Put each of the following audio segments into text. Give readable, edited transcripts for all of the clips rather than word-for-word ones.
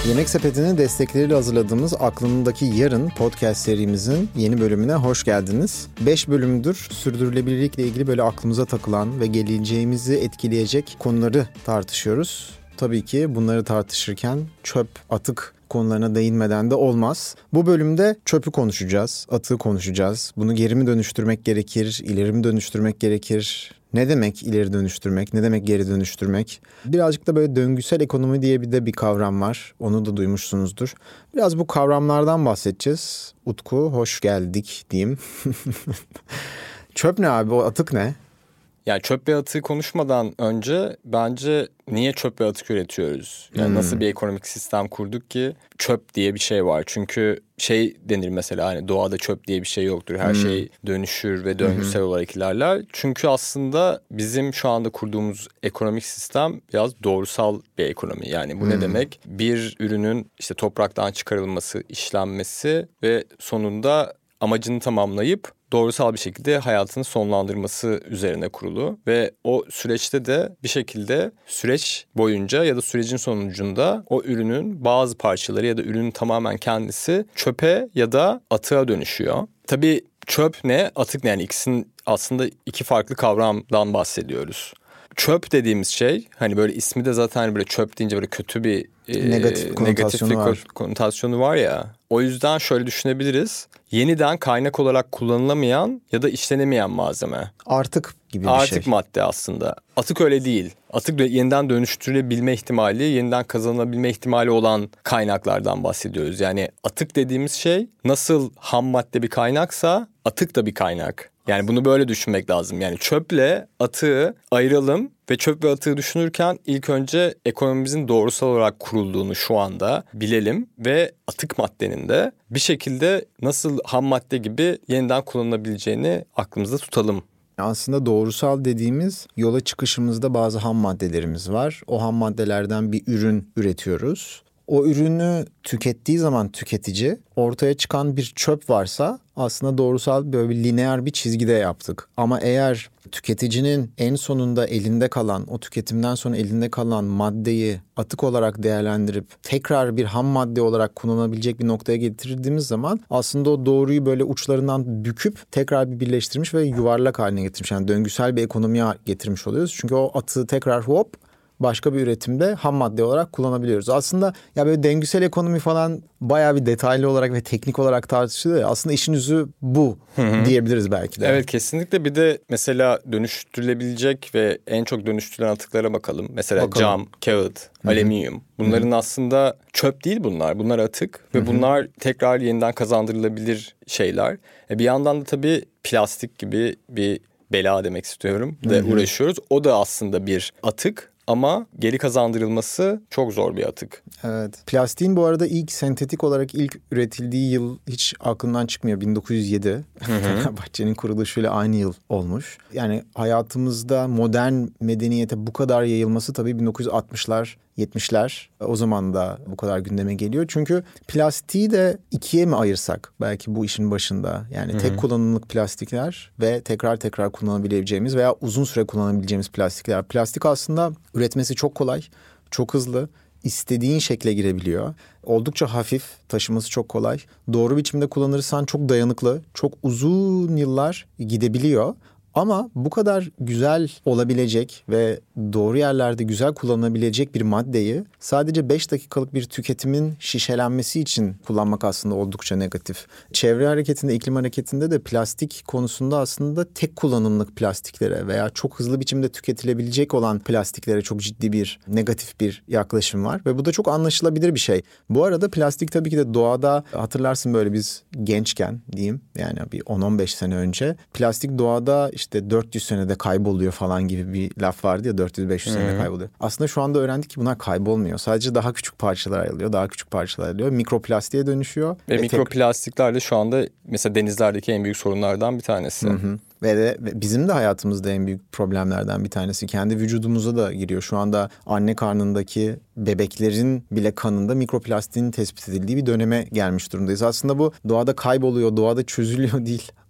Yemek Sepeti'nin destekleriyle hazırladığımız Aklındaki Yarın podcast serimizin yeni bölümüne hoş geldiniz. 5 bölümdür sürdürülebilirlikle ilgili böyle aklımıza takılan ve geleceğimizi etkileyecek konuları tartışıyoruz. Tabii ki bunları tartışırken çöp, atık konularına değinmeden de olmaz. Bu bölümde çöpü konuşacağız, atığı konuşacağız. Bunu geri mi dönüştürmek gerekir, ileri mi dönüştürmek gerekir? Ne demek ileri dönüştürmek, ne demek geri dönüştürmek? Birazcık da böyle döngüsel ekonomi diye bir kavram var. Onu da duymuşsunuzdur. Biraz bu kavramlardan bahsedeceğiz. Utku, hoş geldik diyeyim. Çöp ne abi, o atık ne? Yani çöp ve atığı konuşmadan önce bence niye çöp ve atık üretiyoruz? Yani nasıl bir ekonomik sistem kurduk ki çöp diye bir şey var? Çünkü şey denir mesela, hani doğada çöp diye bir şey yoktur. Her şey dönüşür ve döngüsel olarak ilerler. Çünkü aslında bizim şu anda kurduğumuz ekonomik sistem biraz doğrusal bir ekonomi. Yani bu ne demek? Bir ürünün işte topraktan çıkarılması, işlenmesi ve sonunda amacını tamamlayıp doğrusal bir şekilde hayatını sonlandırması üzerine kurulu ve o süreçte de bir şekilde süreç boyunca ya da sürecin sonucunda o ürünün bazı parçaları ya da ürünün tamamen kendisi çöpe ya da atığa dönüşüyor. Tabii çöp ne, atık ne, yani ikisinin aslında iki farklı kavramdan bahsediyoruz. Çöp dediğimiz şey, hani böyle ismi de zaten böyle çöp deyince böyle kötü bir negatif bir konotasyonu var ya. O yüzden şöyle düşünebiliriz. Yeniden kaynak olarak kullanılamayan ya da işlenemeyen malzeme. Artık gibi bir şey. Artık madde aslında. Atık öyle değil. Atık yeniden dönüştürülebilme ihtimali, yeniden kazanılabilme ihtimali olan kaynaklardan bahsediyoruz. Yani atık dediğimiz şey nasıl ham madde bir kaynaksa atık da bir kaynak. Yani bunu böyle düşünmek lazım. Yani çöple atığı ayıralım ve çöp ve atığı düşünürken ilk önce ekonomimizin doğrusal olarak kurulduğunu şu anda bilelim ve atık maddenin de bir şekilde nasıl ham madde gibi yeniden kullanılabileceğini aklımızda tutalım. Aslında doğrusal dediğimiz yola çıkışımızda bazı ham maddelerimiz var. O ham maddelerden bir ürün üretiyoruz. O ürünü tükettiği zaman tüketici ortaya çıkan bir çöp varsa aslında doğrusal böyle bir lineer bir çizgide yaptık. Ama eğer tüketicinin en sonunda elinde kalan, o tüketimden sonra elinde kalan maddeyi atık olarak değerlendirip tekrar bir ham madde olarak kullanabilecek bir noktaya getirdiğimiz zaman aslında o doğruyu böyle uçlarından büküp tekrar bir birleştirmiş ve yuvarlak haline getirmiş. Yani döngüsel bir ekonomiye getirmiş oluyoruz. Çünkü o atığı tekrar başka bir üretimde ham madde olarak kullanabiliyoruz. Aslında ya böyle döngüsel ekonomi falan bayağı bir detaylı olarak ve teknik olarak tartışılıyor ya. Aslında işin özü bu diyebiliriz belki de. Evet, kesinlikle. Bir de mesela dönüştürülebilecek ve en çok dönüştürülen atıklara bakalım. Mesela cam, kağıt, alüminyum. Bunların aslında çöp değil bunlar. Bunlar atık ve bunlar tekrar yeniden kazandırılabilir şeyler. Bir yandan da tabii plastik gibi bir bela demek istiyorum de uğraşıyoruz. O da aslında bir atık. Ama geri kazandırılması çok zor bir atık. Evet. Plastiğin bu arada sentetik olarak ilk üretildiği yıl hiç aklımdan çıkmıyor. 1907. Fenerbahçe'nin kuruluşuyla aynı yıl olmuş. Yani hayatımızda modern medeniyete bu kadar yayılması tabii 1960'lar, 70'ler o zaman da bu kadar gündeme geliyor. Çünkü plastiği de ikiye mi ayırsak belki bu işin başında? Yani tek kullanımlık plastikler ve tekrar kullanabileceğimiz veya uzun süre kullanabileceğimiz plastikler. Plastik aslında üretmesi çok kolay, çok hızlı. İstediğin şekle girebiliyor. Oldukça hafif, taşıması çok kolay. Doğru biçimde kullanırsan çok dayanıklı, çok uzun yıllar gidebiliyor. Ama bu kadar güzel olabilecek ve doğru yerlerde güzel kullanılabilecek bir maddeyi sadece 5 dakikalık bir tüketimin şişelenmesi için kullanmak aslında oldukça negatif. Çevre hareketinde, iklim hareketinde de plastik konusunda aslında tek kullanımlık plastiklere veya çok hızlı biçimde tüketilebilecek olan plastiklere çok ciddi bir negatif bir yaklaşım var. Ve bu da çok anlaşılabilir bir şey. Bu arada plastik tabii ki de doğada, hatırlarsın böyle biz gençken diyeyim, yani bir 10-15 sene önce plastik doğada işte 400 senede kayboluyor falan gibi bir laf vardı ya, 400-500 senede kayboluyor. Aslında şu anda öğrendik ki bunlar kaybolmuyor. Sadece daha küçük parçalar ayrılıyor. Mikroplastiğe dönüşüyor. Ve mikroplastikler de şu anda mesela denizlerdeki en büyük sorunlardan bir tanesi. Ve bizim de hayatımızda en büyük problemlerden bir tanesi. Kendi vücudumuza da giriyor. Şu anda anne karnındaki bebeklerin bile kanında mikroplastiğin tespit edildiği bir döneme gelmiş durumdayız. Aslında bu doğada kayboluyor, doğada çözülüyor değil.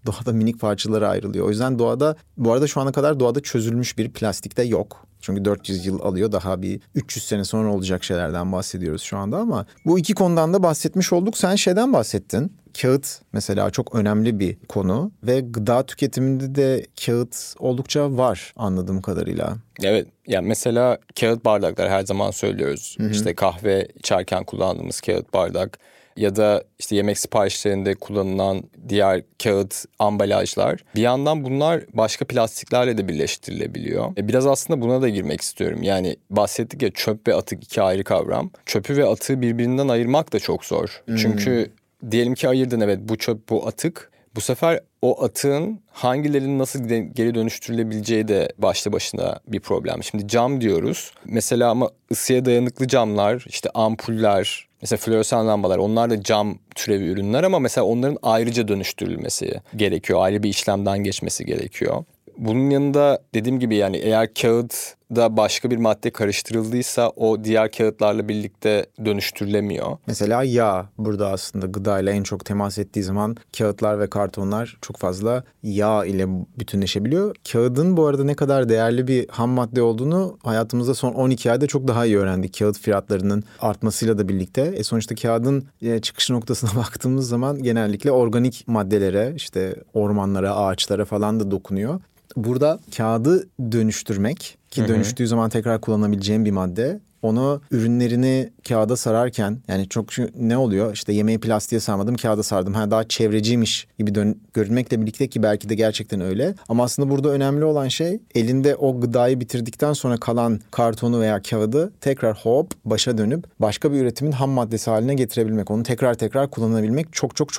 doğada minik parçalara ayrılıyor. O yüzden doğada, bu arada şu ana kadar doğada çözülmüş bir plastik de yok. Çünkü 400 yıl alıyor, daha bir 300 sene sonra olacak şeylerden bahsediyoruz şu anda ama bu iki konudan da bahsetmiş olduk. Sen şeyden bahsettin. Kağıt mesela çok önemli bir konu ve gıda tüketiminde de kağıt oldukça var anladığım kadarıyla. Evet, yani mesela kağıt bardaklar her zaman söylüyoruz. İşte kahve içerken kullandığımız kağıt bardak ya da işte yemek siparişlerinde kullanılan diğer kağıt ambalajlar. Bir yandan bunlar başka plastiklerle de birleştirilebiliyor. Biraz aslında buna da girmek istiyorum. Yani bahsettik ya, çöp ve atık iki ayrı kavram. Çöpü ve atığı birbirinden ayırmak da çok zor. Çünkü diyelim ki ayırdın, evet bu çöp bu atık. Bu sefer o atığın hangilerinin nasıl geri dönüştürülebileceği de başlı başına bir problem. Şimdi cam diyoruz. Mesela ama ısıya dayanıklı camlar, işte ampuller, mesela floresan lambalar, onlar da cam türevi ürünler ama mesela onların ayrıca dönüştürülmesi gerekiyor. Ayrı bir işlemden geçmesi gerekiyor. Bunun yanında dediğim gibi yani eğer kağıtta başka bir madde karıştırıldıysa o diğer kağıtlarla birlikte dönüştürülemiyor. Mesela yağ burada aslında gıdayla en çok temas ettiği zaman kağıtlar ve kartonlar çok fazla yağ ile bütünleşebiliyor. Kağıdın bu arada ne kadar değerli bir ham madde olduğunu hayatımızda son 12 ayda çok daha iyi öğrendik. Kağıt fiyatlarının artmasıyla da birlikte. Sonuçta kağıdın çıkış noktasına baktığımız zaman genellikle organik maddelere, işte ormanlara, ağaçlara falan da dokunuyor. Burada kağıdı dönüştürmek ki dönüştüğü zaman tekrar kullanabileceğim bir madde. Onu ürünlerini kağıda sararken yani çok ne oluyor? İşte yemeği plastiğe sarmadım, kağıda sardım. Daha çevreciymiş gibi görünmekle birlikte ki belki de gerçekten öyle. Ama aslında burada önemli olan şey elinde o gıdayı bitirdikten sonra kalan kartonu veya kağıdı tekrar hop başa dönüp başka bir üretimin ham maddesi haline getirebilmek. Onu tekrar kullanabilmek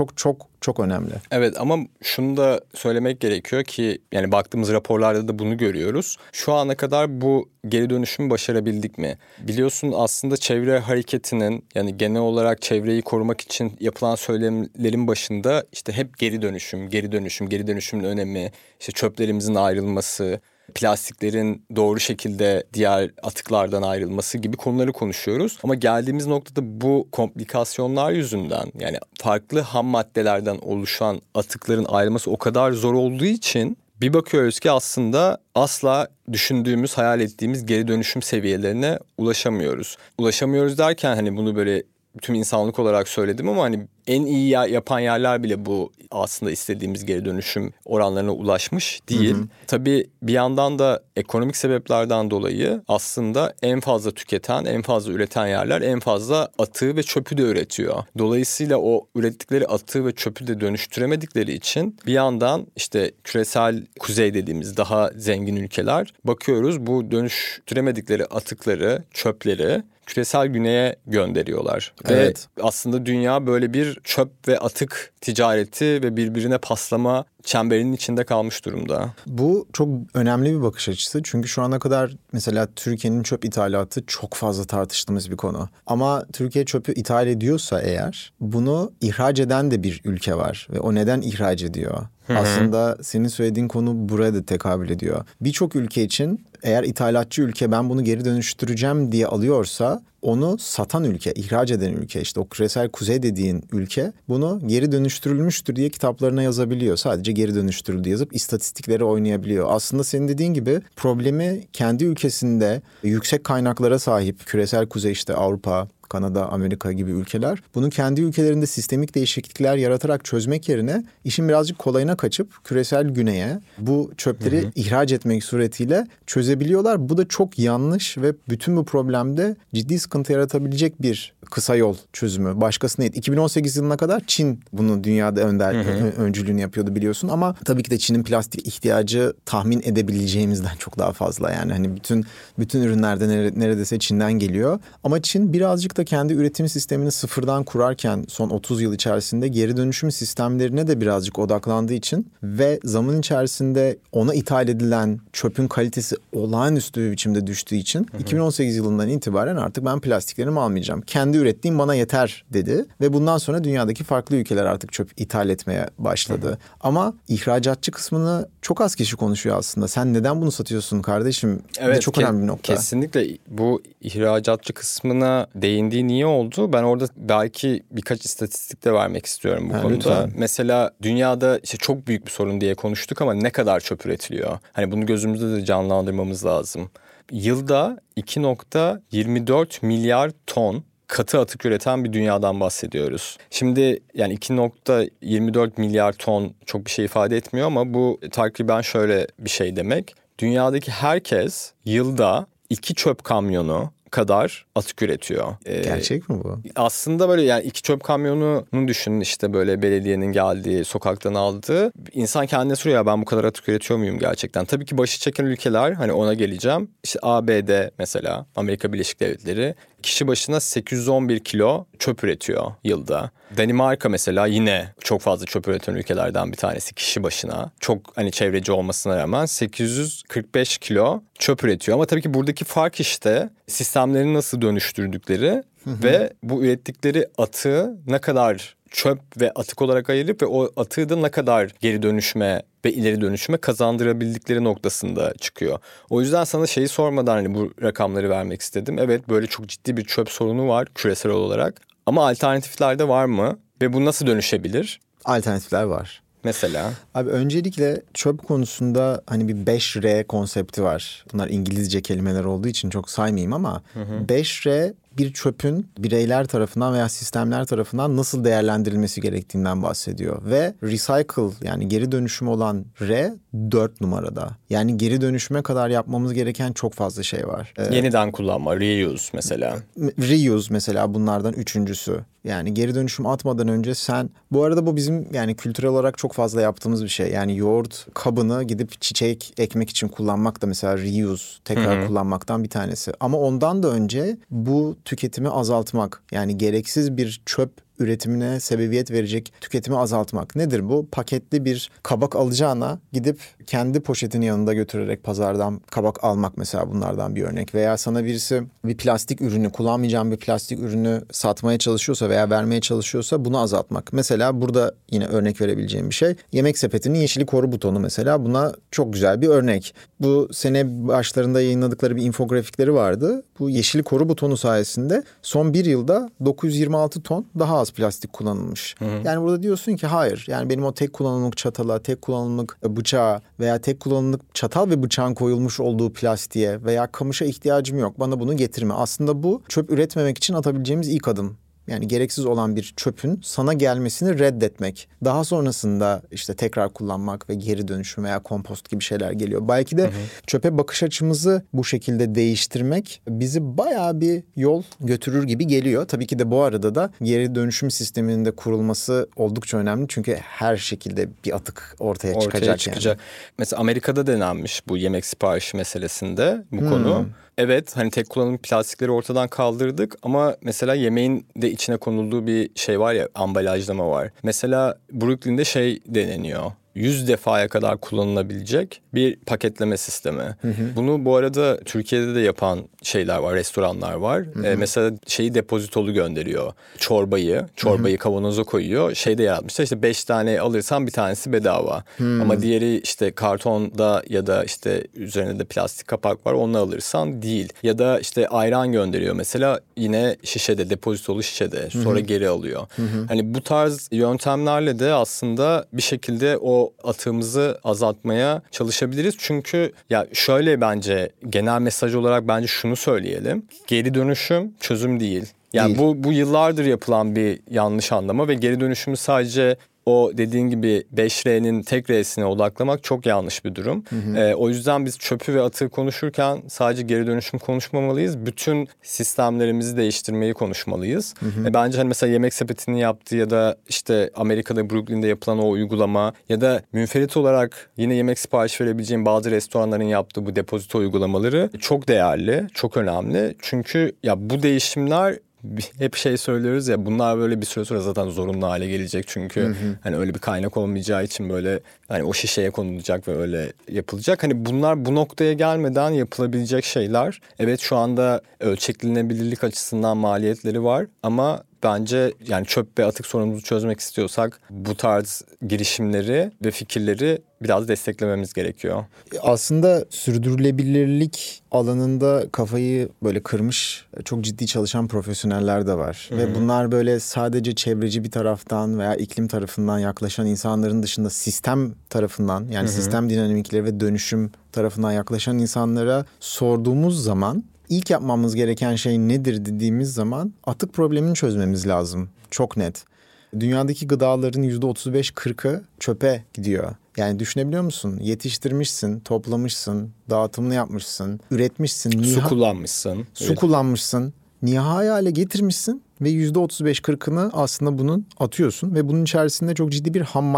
çok önemli. Evet ama şunu da söylemek gerekiyor ki yani baktığımız raporlarda da bunu görüyoruz. Şu ana kadar bu geri dönüşümü başarabildik mi? Biliyorsun aslında çevre hareketinin yani genel olarak çevreyi korumak için yapılan söylemlerin başında işte hep geri dönüşümün önemi, işte çöplerimizin ayrılması, plastiklerin doğru şekilde diğer atıklardan ayrılması gibi konuları konuşuyoruz. Ama geldiğimiz noktada bu komplikasyonlar yüzünden yani farklı ham maddelerden oluşan atıkların ayrılması o kadar zor olduğu için bir bakıyoruz ki aslında asla düşündüğümüz, hayal ettiğimiz geri dönüşüm seviyelerine ulaşamıyoruz. Ulaşamıyoruz derken hani bunu böyle tüm insanlık olarak söyledim ama hani en iyi yapan yerler bile bu aslında istediğimiz geri dönüşüm oranlarına ulaşmış değil. Tabii bir yandan da ekonomik sebeplerden dolayı aslında en fazla tüketen, en fazla üreten yerler en fazla atığı ve çöpü de üretiyor. Dolayısıyla o ürettikleri atığı ve çöpü de dönüştüremedikleri için bir yandan işte küresel kuzey dediğimiz daha zengin ülkeler bakıyoruz bu dönüştüremedikleri atıkları, çöpleri küresel güneye gönderiyorlar. Evet. Ve aslında dünya böyle bir çöp ve atık ticareti ve birbirine paslama çemberinin içinde kalmış durumda. Bu çok önemli bir bakış açısı. Çünkü şu ana kadar mesela Türkiye'nin çöp ithalatı çok fazla tartıştığımız bir konu. Ama Türkiye çöpü ithal ediyorsa eğer bunu ihraç eden de bir ülke var. Ve o neden ihraç ediyor? Aslında senin söylediğin konu buraya da tekabül ediyor. Birçok ülke için eğer ithalatçı ülke ben bunu geri dönüştüreceğim diye alıyorsa onu satan ülke, ihraç eden ülke işte o küresel kuzey dediğin ülke bunu geri dönüştürülmüştür diye kitaplarına yazabiliyor. Sadece geri dönüştürüldü yazıp istatistikleri oynayabiliyor. Aslında senin dediğin gibi problemi kendi ülkesinde yüksek kaynaklara sahip küresel kuzey işte Avrupa, Kanada, Amerika gibi ülkeler bunu kendi ülkelerinde sistemik değişiklikler yaratarak çözmek yerine işin birazcık kolayına kaçıp küresel güneye bu çöpleri ihraç etmek suretiyle çözebiliyorlar. Bu da çok yanlış ve bütün bu problemde ciddi sıkıntı yaratabilecek bir kısa yol çözümü. Başkası neydi? 2018 yılına kadar Çin bunu dünyada öncülüğünü yapıyordu biliyorsun ama tabii ki de Çin'in plastik ihtiyacı tahmin edebileceğimizden çok daha fazla. Yani hani bütün ürünlerde neredeyse Çin'den geliyor. Ama Çin birazcık da kendi üretim sistemini sıfırdan kurarken son 30 yıl içerisinde geri dönüşüm sistemlerine de birazcık odaklandığı için ve zaman içerisinde ona ithal edilen çöpün kalitesi olağanüstü bir biçimde düştüğü için 2018 yılından itibaren artık ben plastiklerimi almayacağım. Kendi ürettiğim bana yeter dedi ve bundan sonra dünyadaki farklı ülkeler artık çöp ithal etmeye başladı. Ama ihracatçı kısmını çok az kişi konuşuyor aslında. Sen neden bunu satıyorsun kardeşim? Evet, çok önemli bir nokta. Kesinlikle bu ihracatçı kısmına değin değindiğin iyi oldu. Ben orada belki birkaç istatistik de vermek istiyorum bu konuda. Lütfen. Mesela dünyada işte çok büyük bir sorun diye konuştuk ama ne kadar çöp üretiliyor? Hani bunu gözümüzde de canlandırmamız lazım. Yılda 2,24 milyar ton katı atık üreten bir dünyadan bahsediyoruz. Şimdi yani 2,24 milyar ton çok bir şey ifade etmiyor ama bu takriben şöyle bir şey demek. Dünyadaki herkes yılda 2 çöp kamyonu kadar atık üretiyor. Gerçek mi bu? Aslında böyle yani 2 çöp kamyonunu düşünün, işte böyle belediyenin geldiği, sokaktan aldığı. İnsan kendine soruyor, ya ben bu kadar atık üretiyor muyum gerçekten? Tabii ki başı çeken ülkeler, hani ona geleceğim. İşte ABD mesela, Amerika Birleşik Devletleri kişi başına 811 kilo çöp üretiyor yılda. Danimarka mesela yine çok fazla çöp üreten ülkelerden bir tanesi, kişi başına. Çok hani çevreci olmasına rağmen 845 kilo çöp üretiyor. Ama tabii ki buradaki fark işte sistemlerini nasıl dönüştürdükleri ve bu ürettikleri atığı ne kadar çöp ve atık olarak ayırıp ve o atığı da ne kadar geri dönüşme ve ileri dönüşüme kazandırabildikleri noktasında çıkıyor. O yüzden sana şeyi sormadan hani bu rakamları vermek istedim. Evet, böyle çok ciddi bir çöp sorunu var küresel olarak. Ama alternatifler de var mı? Ve bu nasıl dönüşebilir? Alternatifler var. Mesela? Abi öncelikle çöp konusunda hani bir 5R konsepti var. Bunlar İngilizce kelimeler olduğu için çok saymayayım ama 5R bir çöpün bireyler tarafından veya sistemler tarafından nasıl değerlendirilmesi gerektiğinden bahsediyor. Ve recycle, yani geri dönüşüm olan R 4 numarada. Yani geri dönüşüme kadar yapmamız gereken çok fazla şey var. Yeniden kullanma, reuse mesela. Reuse mesela bunlardan üçüncüsü. Yani geri dönüşüm atmadan önce sen... Bu arada bu bizim yani kültürel olarak çok fazla yaptığımız bir şey. Yani yoğurt kabını gidip çiçek ekmek için kullanmak da mesela reuse, tekrar kullanmaktan bir tanesi. Ama ondan da önce bu tüketimi azaltmak, yani gereksiz bir çöp üretimine sebebiyet verecek tüketimi azaltmak. Nedir bu? Paketli bir kabak alacağına gidip kendi poşetini yanında götürerek pazardan kabak almak mesela bunlardan bir örnek. Veya sana birisi bir plastik ürünü, kullanmayacağın bir plastik ürünü satmaya çalışıyorsa veya vermeye çalışıyorsa bunu azaltmak. Mesela burada yine örnek verebileceğim bir şey. Yemek Sepeti'nin yeşili koru butonu mesela buna çok güzel bir örnek. Bu sene başlarında yayınladıkları bir infografikleri vardı. Bu yeşili koru butonu sayesinde son bir yılda 926 ton daha az plastik kullanılmış. Yani burada diyorsun ki hayır, yani benim o tek kullanımlık çatala, tek kullanımlık bıçağa veya tek kullanımlık çatal ve bıçağın koyulmuş olduğu plastiğe veya kamışa ihtiyacım yok. Bana bunu getirme. Aslında bu çöp üretmemek için atabileceğimiz ilk adım. Yani gereksiz olan bir çöpün sana gelmesini reddetmek. Daha sonrasında işte tekrar kullanmak ve geri dönüşüm veya kompost gibi şeyler geliyor. Belki de çöpe bakış açımızı bu şekilde değiştirmek bizi bayağı bir yol götürür gibi geliyor. Tabii ki de bu arada da geri dönüşüm sisteminin de kurulması oldukça önemli. Çünkü her şekilde bir atık ortaya çıkacak. Yani. Mesela Amerika'da denenmiş bu yemek siparişi meselesinde bu konu. Evet, hani tek kullanımlık plastikleri ortadan kaldırdık ama mesela yemeğin de içine konulduğu bir şey var ya, ambalajlama var. Mesela Brooklyn'de şey deneniyor. 100 defaya kadar kullanılabilecek bir paketleme sistemi. Bunu bu arada Türkiye'de de yapan şeyler var, restoranlar var. Mesela şeyi depozitolu gönderiyor. Çorbayı kavanoza koyuyor. Şeyde yaratmışlar, işte 5 tane alırsan bir tanesi bedava. Ama diğeri işte kartonda ya da işte üzerinde de plastik kapak var, onu alırsan değil. Ya da işte ayran gönderiyor mesela, yine şişede, depozitolu şişede, sonra geri alıyor. Hani bu tarz yöntemlerle de aslında bir şekilde o atığımızı azaltmaya çalışabiliriz. Çünkü ya şöyle, bence genel mesaj olarak bence şunu söyleyelim. Geri dönüşüm çözüm değil. Yani bu yıllardır yapılan bir yanlış anlama ve geri dönüşümü sadece o dediğin gibi 5R'nin tek R'sine odaklamak çok yanlış bir durum. O yüzden biz çöpü ve atığı konuşurken sadece geri dönüşüm konuşmamalıyız. Bütün sistemlerimizi değiştirmeyi konuşmalıyız. Bence hani mesela Yemek Sepeti'nin yaptığı ya da işte Amerika'da Brooklyn'de yapılan o uygulama ya da münferit olarak yine yemek sipariş verebileceğim bazı restoranların yaptığı bu depozito uygulamaları çok değerli, çok önemli. Çünkü ya bu değişimler, hep şey söylüyoruz ya, bunlar böyle bir süre sonra zaten zorunlu hale gelecek. Çünkü hani öyle bir kaynak olmayacağı için böyle hani o şişeye konulacak ve öyle yapılacak. Hani bunlar bu noktaya gelmeden yapılabilecek şeyler. Evet, şu anda ölçeklenebilirlik açısından maliyetleri var ama bence yani çöp ve atık sorunumuzu çözmek istiyorsak bu tarz girişimleri ve fikirleri biraz desteklememiz gerekiyor. Aslında sürdürülebilirlik alanında kafayı böyle kırmış, çok ciddi çalışan profesyoneller de var. Ve bunlar böyle sadece çevreci bir taraftan veya iklim tarafından yaklaşan insanların dışında sistem tarafından, yani sistem dinamikleri ve dönüşüm tarafından yaklaşan insanlara sorduğumuz zaman ilk yapmamız gereken şey nedir dediğimiz zaman atık problemini çözmemiz lazım. Çok net. Dünyadaki gıdaların %35-40'ı çöpe gidiyor. Yani düşünebiliyor musun? Yetiştirmişsin, toplamışsın, dağıtımını yapmışsın, üretmişsin. Su kullanmışsın. Su kullanmışsın. Nihai hale getirmişsin ve %35-40'ını aslında bunun atıyorsun ve bunun içerisinde çok ciddi bir ham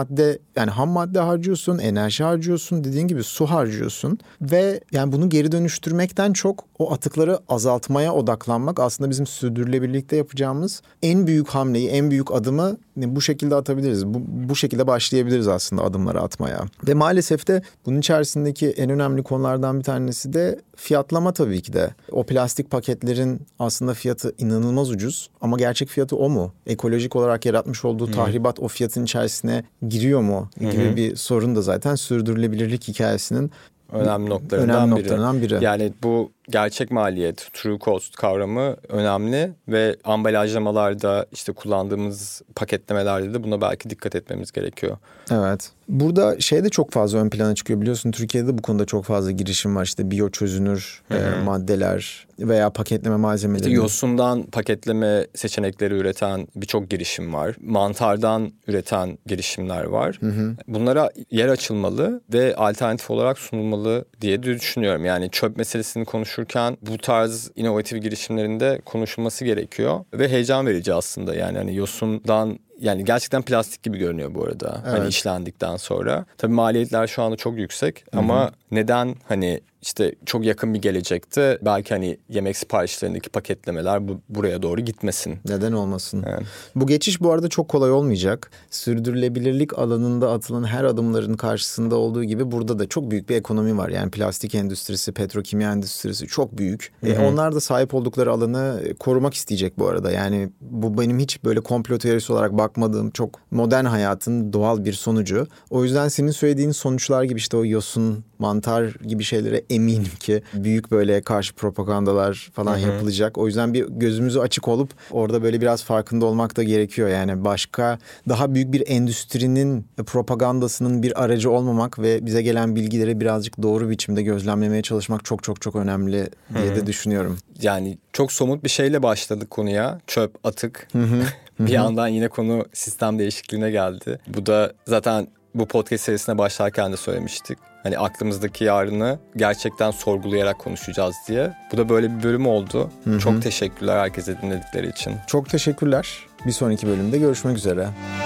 madde harcıyorsun, enerji harcıyorsun, dediğin gibi su harcıyorsun ve yani bunu geri dönüştürmekten çok o atıkları azaltmaya odaklanmak aslında bizim sürdürülebilirlikte yapacağımız en büyük hamleyi, en büyük adımı bu şekilde atabiliriz. Bu şekilde başlayabiliriz aslında adımları atmaya. Ve maalesef de bunun içerisindeki en önemli konulardan bir tanesi de fiyatlama tabii ki de. O plastik paketlerin aslında fiyatı inanılmaz ucuz ama gerçek fiyatı o mu? Ekolojik olarak yaratmış olduğu tahribat o fiyatın içerisine giriyor mu? Gibi bir sorun da zaten sürdürülebilirlik hikayesinin önemli noktalarından biri. Yani bu gerçek maliyet, true cost kavramı önemli ve ambalajlamalarda işte kullandığımız paketlemelerde de buna belki dikkat etmemiz gerekiyor. Evet. Burada şey de çok fazla ön plana çıkıyor biliyorsun. Türkiye'de bu konuda çok fazla girişim var. İşte biyoçözünür maddeler veya paketleme malzemeleri. İşte yosundan paketleme seçenekleri üreten birçok girişim var. Mantardan üreten girişimler var. Bunlara yer açılmalı ve alternatif olarak sunulmalı diye düşünüyorum. Yani çöp meselesini konuşurken bu tarz inovatif girişimlerinde konuşulması gerekiyor ve heyecan verici aslında. Yani hani yosundan, yani gerçekten plastik gibi görünüyor bu arada. Evet. Hani işlendikten sonra. Tabii maliyetler şu anda çok yüksek ama neden hani işte çok yakın bir gelecekte belki hani yemek siparişlerindeki paketlemeler buraya doğru gitmesin. Neden olmasın? Evet. Bu geçiş bu arada çok kolay olmayacak. Sürdürülebilirlik alanında atılan her adımların karşısında olduğu gibi burada da çok büyük bir ekonomi var. Yani plastik endüstrisi, petrokimya endüstrisi çok büyük. Onlar da sahip oldukları alanı korumak isteyecek bu arada. Yani bu benim hiç böyle komplo teorisi olarak bakmadığım çok modern hayatın doğal bir sonucu. O yüzden senin söylediğin sonuçlar gibi işte o yosun, mantar gibi şeylere eminim ki büyük böyle karşı propagandalar falan yapılacak. O yüzden bir gözümüzü açık olup orada böyle biraz farkında olmak da gerekiyor. Yani başka daha büyük bir endüstrinin propagandasının bir aracı olmamak ve bize gelen bilgileri birazcık doğru biçimde gözlemlemeye çalışmak çok çok çok önemli diye de düşünüyorum. Yani çok somut bir şeyle başladık konuya. Çöp, atık. Bir yandan yine konu sistem değişikliğine geldi. Bu da zaten bu podcast serisine başlarken de söylemiştik. Hani aklımızdaki yarını gerçekten sorgulayarak konuşacağız diye. Bu da böyle bir bölüm oldu. Çok teşekkürler herkese dinledikleri için. Çok teşekkürler. Bir sonraki bölümde görüşmek üzere.